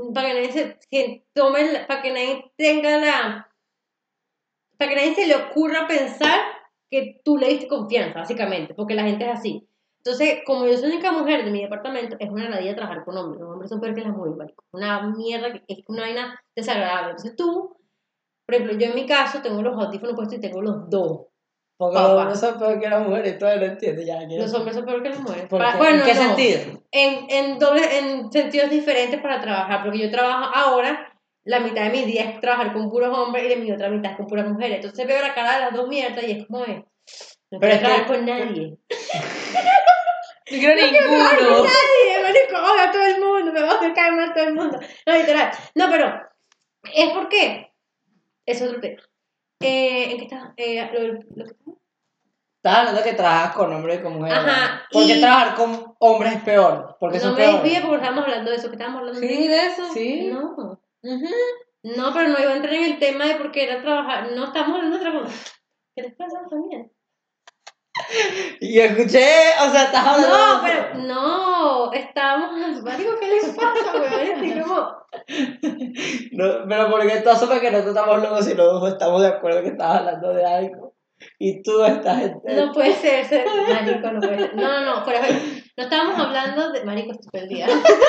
S3: para que nadie tenga para que nadie se le ocurra pensar que tú le diste confianza, básicamente, porque la gente es así. Entonces, como yo soy la única mujer de mi departamento, es una ladilla trabajar con hombres. Los hombres son peor que las mujeres, marico. Una mierda, es una vaina desagradable. Entonces tú, por ejemplo, yo en mi caso tengo los audífonos puestos y tengo los dos.
S2: Porque
S3: Papá.
S2: los hombres son peor que las mujeres, todavía no entiendo ya.
S3: Los hombres son peor que las mujeres.
S2: ¿Por qué?
S3: Bueno,
S2: ¿En qué
S3: no.
S2: sentido?
S3: En sentidos diferentes para trabajar, porque yo trabajo ahora la mitad de mi día es trabajar con puros hombres y de mi otra mitad es con puras mujeres. Entonces veo la cara de las dos mierdas y es como de, no quiero trabajar con nadie.
S1: No quiero ninguno.
S3: Nadie, marico, odio a todo el mundo, me va a caer mal todo el mundo. No, literal. No, pero es porque es otro tema. ¿En qué estás? Lo que
S2: Estás hablando de que trabajas con hombres y con mujeres.
S3: Ajá,
S2: ¿Por qué
S3: y-
S2: trabajar con hombres es peor? Porque
S3: no
S2: son
S3: me
S2: peores.
S3: desvíe porque estábamos hablando de eso, que estábamos hablando
S1: Sí, de eso.
S2: Sí.
S3: No.
S1: Ujú.
S3: No, pero no iba a entrar en el tema de por qué era trabajar. No estamos hablando de trabajo. ¿Qué les pasa también?
S2: Y escuché, o sea, estás hablando.
S3: No, pero no, estábamos. Marico, ¿qué les pasa, weón? Estoy como.
S2: No, pero porque tú asumes que nosotros estamos locos y los dos estamos de acuerdo que estás hablando de algo. Y tú estás
S3: No puede ser, marico, no puede ser. No, fuera de- no estábamos hablando de. Marico, estoy perdida.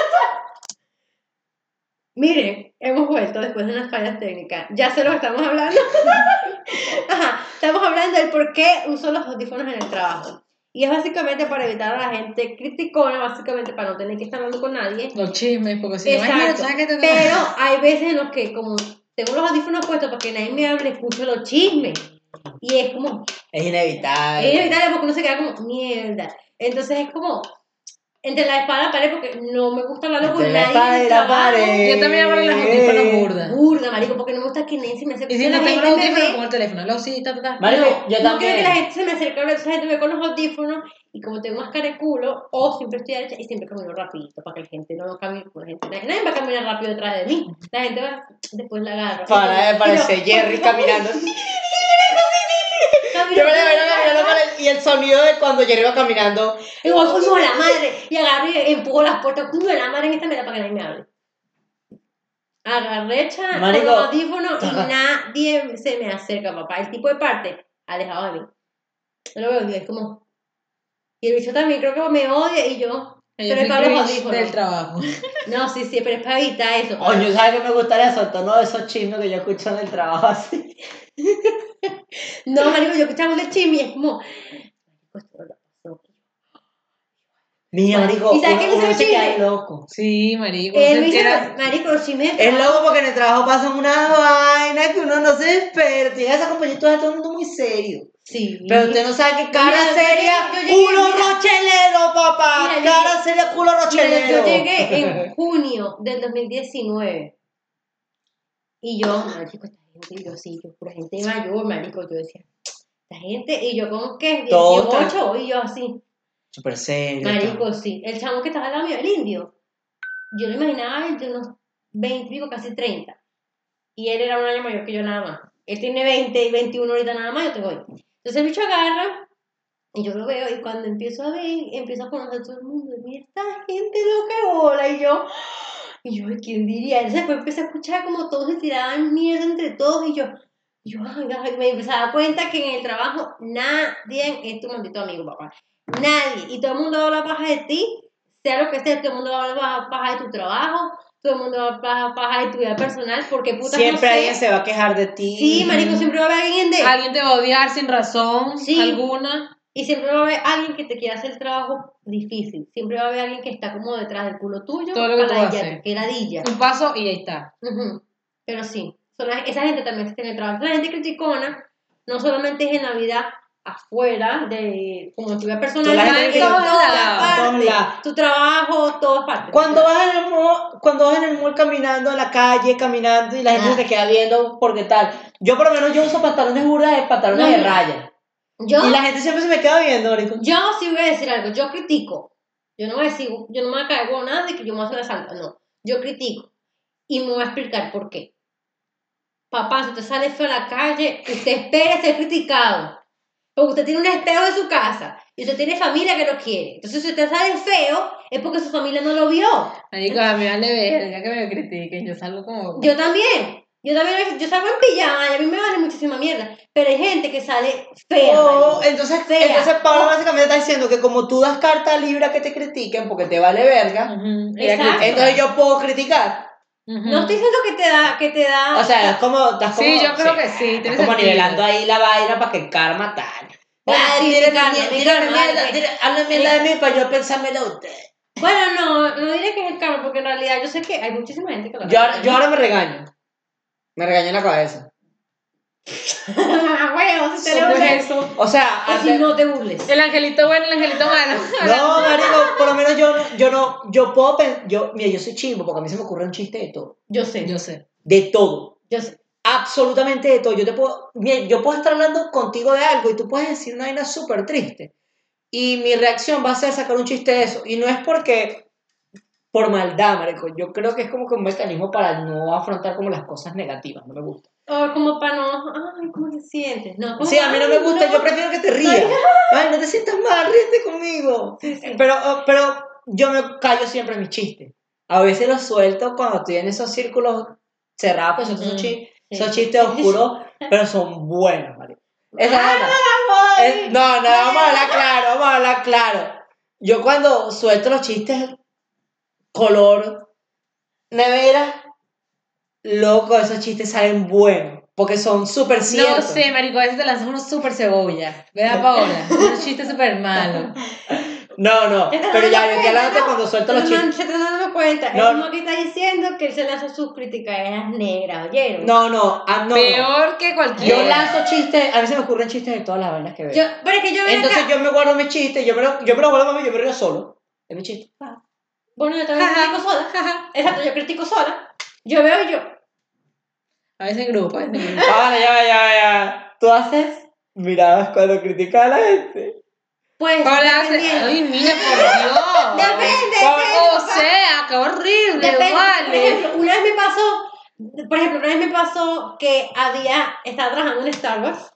S3: Miren, hemos vuelto después de unas fallas técnicas. Ya sé lo que estamos hablando. Ajá, estamos hablando del por qué uso los audífonos en el trabajo. Y es básicamente para evitar a la gente criticona, básicamente para no tener que estar hablando con nadie.
S1: Los chismes, porque si no, ay, mira,
S3: Exacto.
S1: ¿sabes qué te
S3: Pero hay veces en los que, como tengo los audífonos puestos para que nadie me hable, escucho los chismes. Y es como,
S2: Es inevitable.
S3: es inevitable porque uno se queda como, mierda. Entonces es como, entre la espada y la pared, porque no me gusta hablar con
S2: Entre la
S3: nadie
S2: espada
S3: en el
S2: y la
S3: trabajo.
S2: pared.
S1: Yo también hablo en los audífonos burda.
S3: Burda, marico, porque no me gusta que nadie se me acerque.
S1: Y si
S3: La
S1: no tengo
S3: gente
S1: los
S3: me
S1: audífonos,
S3: ve-
S1: pongo el teléfono. Lo sí, ta.
S2: Marico,
S3: no,
S2: yo
S3: no
S2: también.
S3: quiero que la gente se me acerque a hablar, esa gente me ve con los audífonos y como tengo más cara de culo, o siempre estoy derecha y siempre camino rapidito para que la gente no camine con la gente. Nadie va a caminar rápido detrás de mí. La gente va, después la agarra.
S2: Para de parecer Jerry caminando. Yo me la veo caminando con y el sonido de cuando Jerry va caminando.
S3: Y voy coño de la madre y agarro y empujo las puertas, coño de la madre en esta mesa para que nadie me hable. Agarrecha con
S2: Marico,
S3: los audífonos y
S2: ajá.
S3: nadie se me acerca, papá. El tipo de parte alejado de mí. Yo lo veo y es como. Y el bicho también creo que me odia y yo.
S1: Yo
S3: Pero
S1: fui
S3: es para los
S1: cringe
S3: audífonos.
S1: del trabajo.
S3: No, sí, pero es para evitar eso.
S2: Coño, ¿sabes qué me gustaría soltar uno de esos chismes que yo escucho en el trabajo así?
S3: No, marico, yo escuchaba el chisme y es como. Marico, esto no pasó.
S2: Mira, marico,
S3: ¿Y sabes qué me
S2: uno
S3: hace
S2: se queda
S3: chisme?
S2: loco.
S1: Sí, marico.
S3: Él
S1: se
S3: me dice,
S1: entera-
S3: marico, los chismes de
S2: Es
S3: trabajo.
S2: loco porque en el trabajo pasan unas vainas que uno no se desperta. Y esa compañía todo el mundo muy serio.
S3: Sí.
S2: Pero usted no sabe qué cara
S3: Mira,
S2: seria,
S3: yo llegué,
S2: culo
S3: mira.
S2: rochelero, papá.
S3: Mira,
S2: Cara seria, culo
S3: Mira,
S2: rochelero.
S3: yo llegué en junio del 2019 y yo, marico, esta gente, y yo sí, yo pura gente mayor, marico, yo decía, esta gente, y yo como que
S2: Todos
S3: 18, y yo así,
S2: Súper serio.
S3: marico, sí, el chamo que estaba al lado mío, el indio, yo lo imaginaba de unos 20, digo, casi 30, y él era un año mayor que yo nada más, él tiene 20 y 21 ahorita nada más, yo tengo 20, entonces el bicho agarra, y yo lo veo, y cuando empiezo a ver, empiezo a conocer a todo el mundo, y mira, esta gente lo que bola, y yo, ¿quién diría? Entonces después empecé a escuchar como todos se tiraban mierda entre todos, y yo, ay, me empecé a dar cuenta que en el trabajo nadie es tu maldito amigo, papá, nadie, y todo el mundo habla paja de ti, sea lo que sea, todo el mundo habla paja de tu trabajo, todo el mundo habla paja de tu vida personal, porque puta
S2: Siempre
S3: no sé.
S2: alguien se va a quejar de ti.
S3: Sí, marico, siempre va a haber alguien de...
S1: Alguien te va a odiar sin razón
S3: Sí.
S1: alguna.
S3: Y siempre va a haber alguien que te quiera hacer el trabajo difícil. Siempre va a haber alguien que está como detrás del culo tuyo.
S1: Todo lo que tú
S3: para
S1: vas a
S3: ella,
S1: hacer.
S3: que ladilla.
S1: Un paso y ahí está.
S3: Ujú. Pero sí, esa gente también está en el trabajo. La gente criticona no solamente es en la vida afuera, de como en tu vida personal,
S2: Toda la
S3: sino
S2: gente
S3: en
S1: critica-
S3: todas
S2: en todos
S3: partes.
S2: lados.
S3: Tu trabajo, todas partes.
S2: Cuando vas en el mall caminando en la calle, caminando y la gente se te queda viendo porque tal. Yo por lo menos yo uso pantalones burdas de pantalones
S3: No,
S2: de raya.
S3: Yo,
S2: Y la gente siempre se me queda viendo, marico.
S3: yo sí voy a decir algo, yo critico. Yo no voy a decir, yo no me voy a caer con nada de que yo me voy a hacer la santa, no. Yo critico. Y me voy a explicar por qué. Papá, si usted sale feo a la calle, usted espera ser criticado. Porque usted tiene un espejo en su casa y usted tiene familia que lo quiere. Entonces, si usted sale feo, es porque su familia no lo vio.
S1: Marico, a mí vale verga que me critiquen. Yo salgo como.
S3: Yo también. Yo salgo en pijama y a mí me vale muchísima mierda. Pero hay gente que sale fea.
S2: Oh,
S3: marico.
S2: entonces Pablo básicamente está diciendo que como tú das carta libre a que te critiquen porque te vale verga,
S1: Ujú,
S3: Exacto.
S2: entonces yo puedo criticar.
S1: ujú.
S3: No estoy diciendo que te da.
S2: O sea, es como. Estás como
S1: Sí, yo creo que sí.
S2: Estás
S1: tiene
S2: como
S1: sentido.
S2: nivelando ahí la vaina para que el karma tal.
S3: Bueno,
S2: Ah,
S3: sí,
S2: tírame
S3: karma,
S2: mierda,
S3: mi
S2: tírame
S3: karma,
S2: mierda,
S3: vale.
S2: habla mierda de mí para yo pensármelo a usted.
S3: Bueno, no diré que es el karma, porque en realidad yo sé que hay muchísima gente que lo
S2: Yo ahora me regaño. Me regañó en la cabeza.
S3: Bueno, si te
S1: ¿Cómo
S3: lo
S1: es eso?
S2: O sea,
S3: o si no te burles.
S1: El angelito bueno, el angelito malo.
S2: no, marico, por lo menos yo puedo pensar, mira, yo soy chimbo, porque a mí se me ocurre un chiste de todo.
S3: Yo sé.
S1: Yo sé.
S2: De todo.
S3: Yo sé.
S2: Absolutamente de todo. Mira, yo puedo estar hablando contigo de algo y tú puedes decir una vaina súper triste. Y mi reacción va a ser sacar un chiste de eso. Y no es porque por maldad, marico. Yo creo que es como que un mecanismo para no afrontar como las cosas negativas. No me gusta.
S3: O como para no, ay, ¿cómo te sientes? No, como,
S2: Sí, a mí no me
S3: ay,
S2: gusta.
S3: no.
S2: Yo prefiero que te rías. Ay, no te sientas mal, ríete conmigo.
S3: Sí, sí.
S2: Pero yo me callo siempre en mis chistes. A veces los suelto cuando estoy en esos círculos cerrados, que son esos chistes oscuros, pero son buenos, marico. Esa es la no, vamos a hablar claro. Yo cuando suelto los chistes color nevera, loco, esos chistes salen buenos, porque son súper
S1: No
S2: ciertos.
S1: sé, marico, a veces te lanzas unos súper cebolla. ¿Verdad, Paola? Unos chistes súper malos.
S2: No, pero ya, yo estoy hablando cuando suelto los chistes.
S3: Se te dando cuenta.
S2: No.
S3: Es como que está diciendo que él se lanza sus criticaderas negras, ¿oyeron?
S2: No.
S1: Peor que
S2: Yo
S1: cualquiera.
S2: lanzo chistes, a mí se me ocurren chistes de todas las vainas que veo.
S3: Pero es que yo veo
S2: Entonces
S3: acá.
S2: yo me guardo mis chistes, yo me lo guardo para mí, yo me río solo. Es mi chiste.
S3: Bueno, yo también critico sola. Exacto, yo critico sola. Yo veo y yo.
S1: A veces en grupo, a veces en grupo.
S2: Vale, ya. Tú haces miradas cuando criticas a la gente.
S3: Pues.
S1: Paola hace.
S3: dependiendo.
S1: Ay, niña, por Dios.
S3: Depende.
S1: O sea, qué horrible,
S3: Depende. Por
S1: vale.
S3: ejemplo, una vez me pasó que estaba trabajando en Starbucks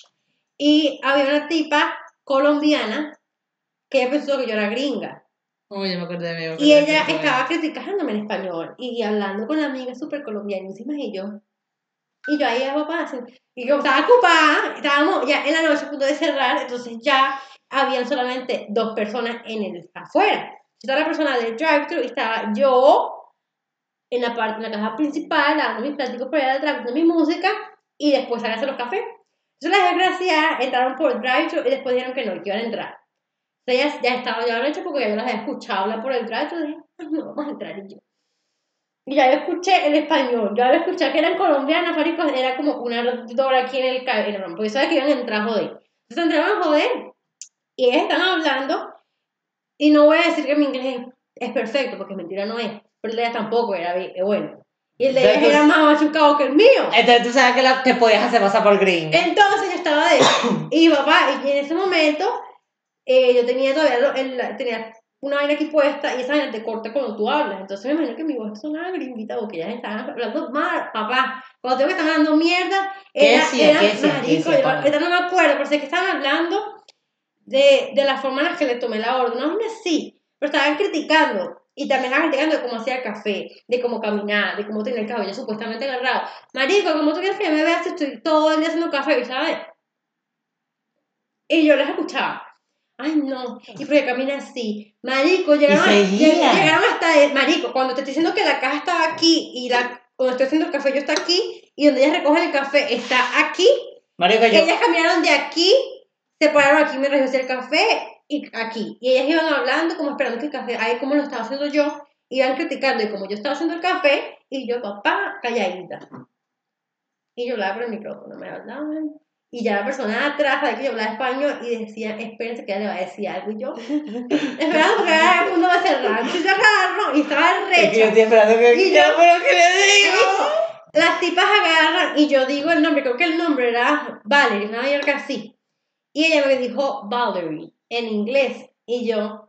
S3: y había una tipa colombiana que ella pensó que yo era gringa.
S1: Uy, me acordé de
S3: Y ella estaba criticándome en español y hablando con la amiga súper colombianísima y yo ahí a papá, y como estaba ocupada, estábamos ya en la noche a punto de cerrar, entonces ya habían solamente 2 personas afuera. Estaba la persona del drive-thru y estaba yo en la caja principal, dando mis pláticos por allá detrás, mi música y después salí a hacer los cafés. Entonces las desgraciadas entraron por el drive-thru y después dijeron que no, que iban a entrar. Entonces ya estaba ya hecho porque ya yo las había escuchado hablar por el drive-thru y dije, ay, no, vamos a entrar y yo. Y ya yo escuché el español, yo había escuchado que eran colombianas, marico, era como una dora aquí en el cabello, porque sabes que iban a entrar a joder. Entonces entraban a joder y ellas están hablando y no voy a decir que mi inglés es perfecto, porque mentira no es, pero el de ellas tampoco era bueno. Y el de ellas era más machucado que el mío.
S2: Entonces tú sabes que te podías hacer pasar por gringo.
S3: Entonces yo estaba y papá, y en ese momento yo tenía todavía tenía una vaina aquí puesta y esa vaina te corta cuando tú hablas. Entonces me imagino que mi voz sonaba gringuita porque ellas estaban hablando mal, papá. Cuando tengo que estar hablando mierda,
S2: ¿Qué decía?
S3: marico, ahorita no me acuerdo, pero sé que estaban hablando de la forma en la que le tomé la orden. No es así, pero estaban criticando. Y también estaban criticando de cómo hacía el café, de cómo caminaba, de cómo tenía el cabello supuestamente agarrado. Marico, ¿cómo tú quieres que me veas si estoy todo el día haciendo café, ¿sabes? Y yo les escuchaba. Ay, no, y porque camina así. Marico, llegaron hasta marico, cuando te estoy diciendo que la caja estaba aquí y cuando estoy haciendo el café yo está aquí y donde ellas recogen el café está aquí.
S2: Marico,
S3: ellas caminaron de aquí, se pararon aquí mientras yo hacía el café y aquí. Y ellas iban hablando como esperando que el café, ahí como lo estaba haciendo yo, iban criticando y como yo estaba haciendo el café y yo, papá, calladita. Y yo hablaba por el micrófono, me hablaban. Y ya la persona de atrás, sabía que yo hablaba español y decía, espérense que ella le va a decir algo. Y yo, esperando porque era el mundo va a cerrar. Entonces yo agarro y estaba
S2: Es que yo
S3: recha.
S2: estoy esperando que
S3: Y yo,
S2: pero ¿qué le digo?
S3: Las tipas agarran y yo digo el nombre, creo que el nombre era Valerie, una mierda así. Y ella me dijo Valerie en inglés. Y yo,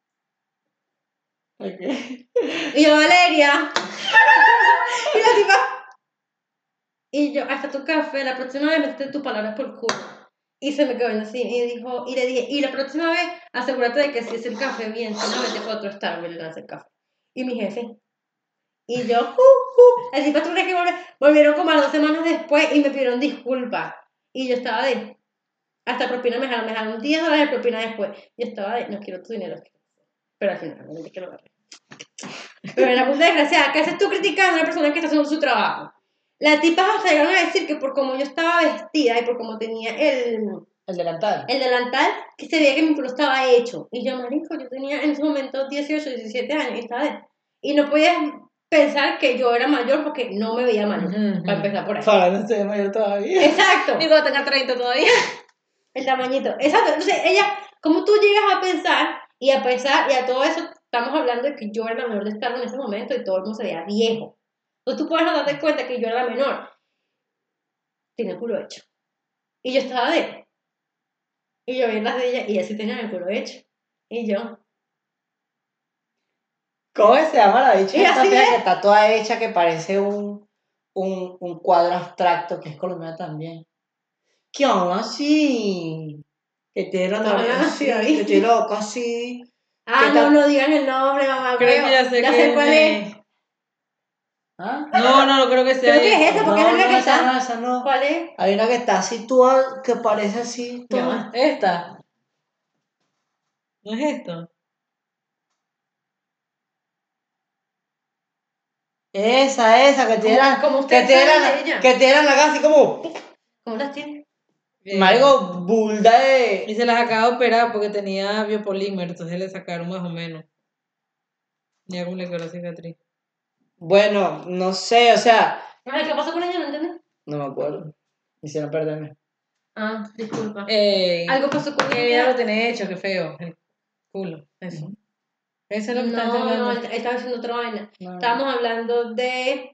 S2: Okay.
S3: y yo, Valeria. Y la tipa, y yo, hasta tu café, la próxima vez metiste tus palabras por culo. Y se me quedó así, y le dije, y la próxima vez, asegúrate de que si es el café bien, si no, vete para otro estado y le das el café. Y mi jefe. Y yo, así para tú crees que volvieron como a 2 semanas después y me pidieron disculpas. Y yo estaba hasta propina me dejaron $10 de propina después. Yo estaba no quiero tu dinero. Pero al final, no te quiero dar. Pero la puta desgraciada, ¿qué haces tú criticando a una persona que está haciendo su trabajo? Las tipas hasta llegaron a decir que por como yo estaba vestida y por como tenía el
S2: delantal,
S3: que se veía que mi culo estaba hecho. Y yo, marico, yo tenía en ese momento 18, 17 años y no podías pensar que yo era mayor porque no me veía mayor,
S1: Ujú.
S3: para empezar por ahí.
S2: Para no ser mayor todavía.
S3: Exacto,
S1: Ni cuando tenga 30 todavía.
S3: el tamañito. Exacto, entonces ella, como tú llegas a pensar y a pesar y a todo eso, estamos hablando de que yo era la menor de estar en ese momento y todo el mundo se veía viejo. Entonces tú puedes darte cuenta que yo era la menor. Tenía el culo hecho. Y yo estaba de... Y yo vi las de ella y ella sí tenía el culo hecho. Y yo...
S2: ¿Cómo se llama la bicha
S3: Y
S2: esta
S3: así
S2: fea
S3: es.
S2: que está toda hecha que parece un cuadro abstracto que es colombiana también? ¿Qué onda así? Que tiene la nariz
S3: Ah,
S2: así,
S3: sí, ahí.
S2: que tiene la boca así.
S3: Ah,
S2: ¿Qué
S3: no,
S2: tal?
S3: no digan el nombre, mamá.
S1: Creo que ya sé quién
S3: cuál es.
S2: ¿Ah?
S1: No creo que sea
S3: Creo que es
S1: esa.
S3: esa, porque es la que
S2: esa
S3: está.
S2: no, esa no.
S3: ¿Cuál es?
S2: Hay una que está así toda, que parece así
S3: Ya
S2: toda.
S3: va.
S1: Esta. ¿No es esto?
S2: Esa, que tiene la,
S3: como
S2: que
S3: ustedes
S2: tiene
S3: saben
S2: la,
S3: de ella.
S2: que tiene la nalga así como,
S3: ¿Cómo las tiene?
S2: marico, bulda
S1: Y
S2: de...
S1: se las acaba de operar porque tenía biopolímero, entonces le sacaron más o menos. Ya como le quedó la cicatriz.
S2: Bueno, no sé, o sea,
S3: Ay, ¿qué pasó con ella? ¿No entendí?
S2: no me acuerdo. Me hicieron perderme.
S3: Ah, disculpa.
S1: Ey,
S3: Algo pasó con
S1: que ella lo
S3: ella.
S1: tiene hecho, qué feo. El culo, eso. Eso es lo que estás
S3: No,
S1: hablando.
S3: él estaba diciendo otra vaina.
S2: No.
S3: Estábamos hablando de...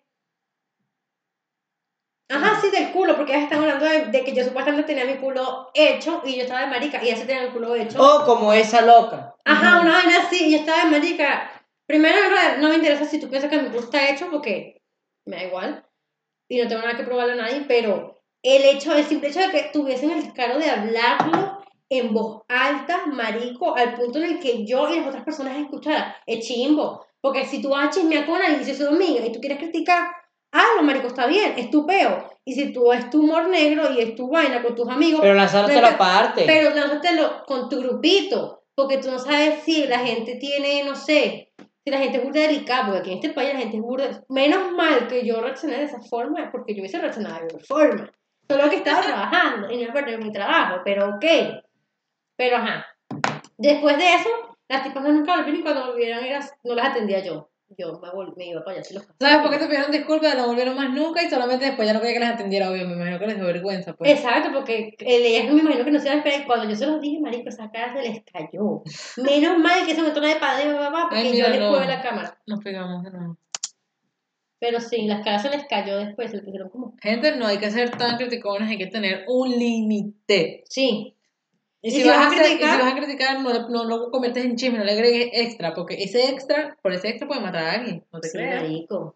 S3: Ajá, sí, del culo, porque ellas están hablando de que yo supuestamente tenía mi culo hecho y yo estaba de marica y ella se tenía el culo hecho.
S2: O como esa loca.
S3: Ajá, una vaina así, y yo estaba de marica. Primero, en verdad, no me interesa si tú piensas que mi culo está hecho porque me da igual y no tengo nada que probarle a nadie, pero el simple hecho de que tuviesen el descaro de hablarlo en voz alta, marico, al punto en el que yo y las otras personas escucharan, es chimbo. Porque si tú vas a chismear con alguien y dices, soy amiga, y tú quieres criticar, lo marico, está bien, es tu peo. Y si tú es tu humor negro y es tu vaina con tus amigos,
S2: Pero lanzártelo
S3: no es que-
S2: aparte.
S3: pero lánzatelo con tu grupito, porque tú no sabes si la gente tiene, no sé, si la gente es burda delicada, porque aquí en este país la gente es burda. Menos mal que yo reaccioné de esa forma, porque yo hubiese reaccionado de otra forma. Solo que estaba trabajando y no es perder mi trabajo, pero ok. Pero ajá. Después de eso, las tipas no nunca volvieron y cuando volvieron no las atendía yo. Yo me iba para allá.
S1: ¿Sabes por qué te pidieron disculpas? No volvieron más nunca y solamente después ya no quería que las atendiera, obvio. Me imagino que les dio vergüenza, pues.
S3: Exacto, porque ellas me imagino que no se iban a esperar. Cuando yo se los dije, marico, esa cara se les cayó. Menos mal que se me tornó de padre de papá, porque
S1: Ay,
S3: yo
S1: mira,
S3: les
S1: no.
S3: pude la cámara.
S1: Nos pegamos de nuevo.
S3: Pero sí, las caras se les cayó después, se les pusieron como...
S1: Gente, no hay que ser tan criticones, hay que tener un límite.
S3: Sí.
S1: Y si vas a criticar, no lo conviertes en chisme, no le agregues extra, porque por ese extra puede matar a alguien, ¿no te
S3: Sí,
S1: creas?
S3: marico.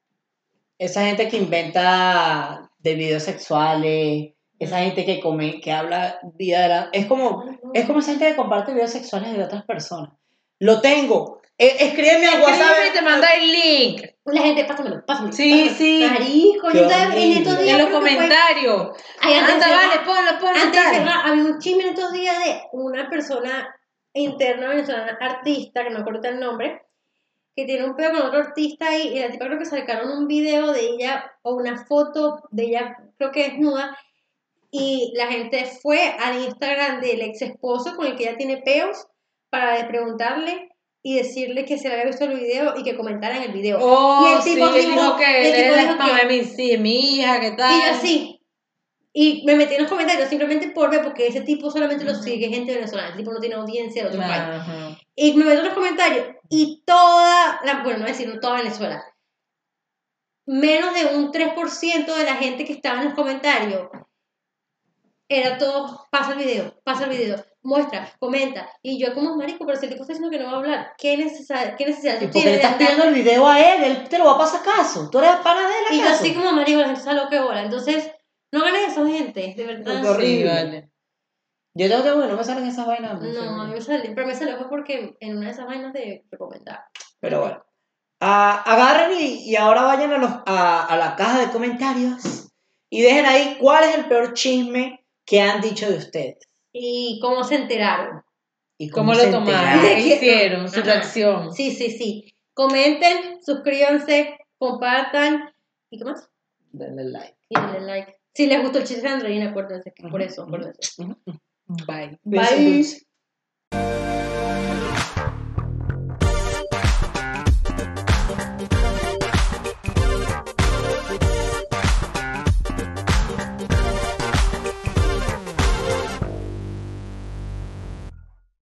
S2: Esa gente que inventa de videos sexuales, esa gente que habla vida de la... Es como esa gente que comparte videos sexuales de otras personas. Lo tengo. Escríbeme al WhatsApp.
S1: Escríbeme y te manda el link.
S3: La gente, pásamelo.
S1: Sí, sí.
S3: Marico,
S2: Qué
S3: yo estaba en estos
S2: horrible.
S3: días...
S1: En los
S3: creo que fue-
S1: comentarios.
S3: Ay, antes de
S1: Anda,
S3: cerrar-
S1: vale, ponlo,
S3: Antes de
S1: tal.
S3: cerrar, había un chisme en estos días de una persona interna venezolana, artista, que no me acuerdo el nombre, que tiene un pedo con otro artista ahí, y la tipa creo que sacaron un video de ella, o una foto de ella, creo que desnuda, y la gente fue al Instagram del ex esposo con el que ella tiene peos, para preguntarle y decirle que se le había visto el video y que comentara en el video.
S1: Oh,
S3: y el tipo
S1: sí, él dijo que
S3: el
S1: él
S3: tipo
S1: es
S3: dijo
S1: la mamá
S3: que...
S1: de mi hija, ¿qué tal?
S3: Y yo así. Y me metí en los comentarios simplemente por ver, porque ese tipo solamente lo
S1: Ujú.
S3: sigue gente venezolana, el tipo no tiene audiencia de otro país.
S1: Ajá.
S3: Y me meto en los comentarios y bueno, no decir no toda Venezuela, menos de un 3% de la gente que estaba en los comentarios era todo, pasa el video, muestra, comenta. Y yo como marico, pero si el tipo está diciendo que no va a hablar, ¿qué necesidad
S2: ¿Y
S3: tú
S2: por qué le
S3: tienes de
S2: estás
S3: andar?
S2: pidiendo el video a él? Él te lo va a pasar caso. Tú eres pana de él,
S3: Y yo
S2: ¿acaso?
S3: así como marico, la gente sabe lo que bola. Entonces, no hagan eso, gente, de verdad.
S2: Qué horrible.
S1: Sí, vale.
S2: Yo tengo que, bueno, no me salen esas vainas.
S3: No, a mí me salió, pero me salió fue porque en una de esas vainas de recomendar.
S2: Pero bueno. Agarren y ahora vayan a la caja de comentarios y dejen ahí cuál es el peor chisme que han dicho de ustedes.
S3: ¿Y cómo se enteraron?
S2: Y
S1: ¿Cómo
S2: se
S1: lo tomaron?
S2: enteraron.
S1: ¿Qué hicieron? Su
S3: Ajá.
S1: reacción.
S3: Sí. Comenten, suscríbanse, compartan. ¿Y qué más?
S2: Denle like.
S3: Y denle like. Si les gustó el chiste de Andreina, acuérdense que por eso.
S2: Ujú.
S1: Bye.
S2: Beso
S3: Bye.
S2: dulce.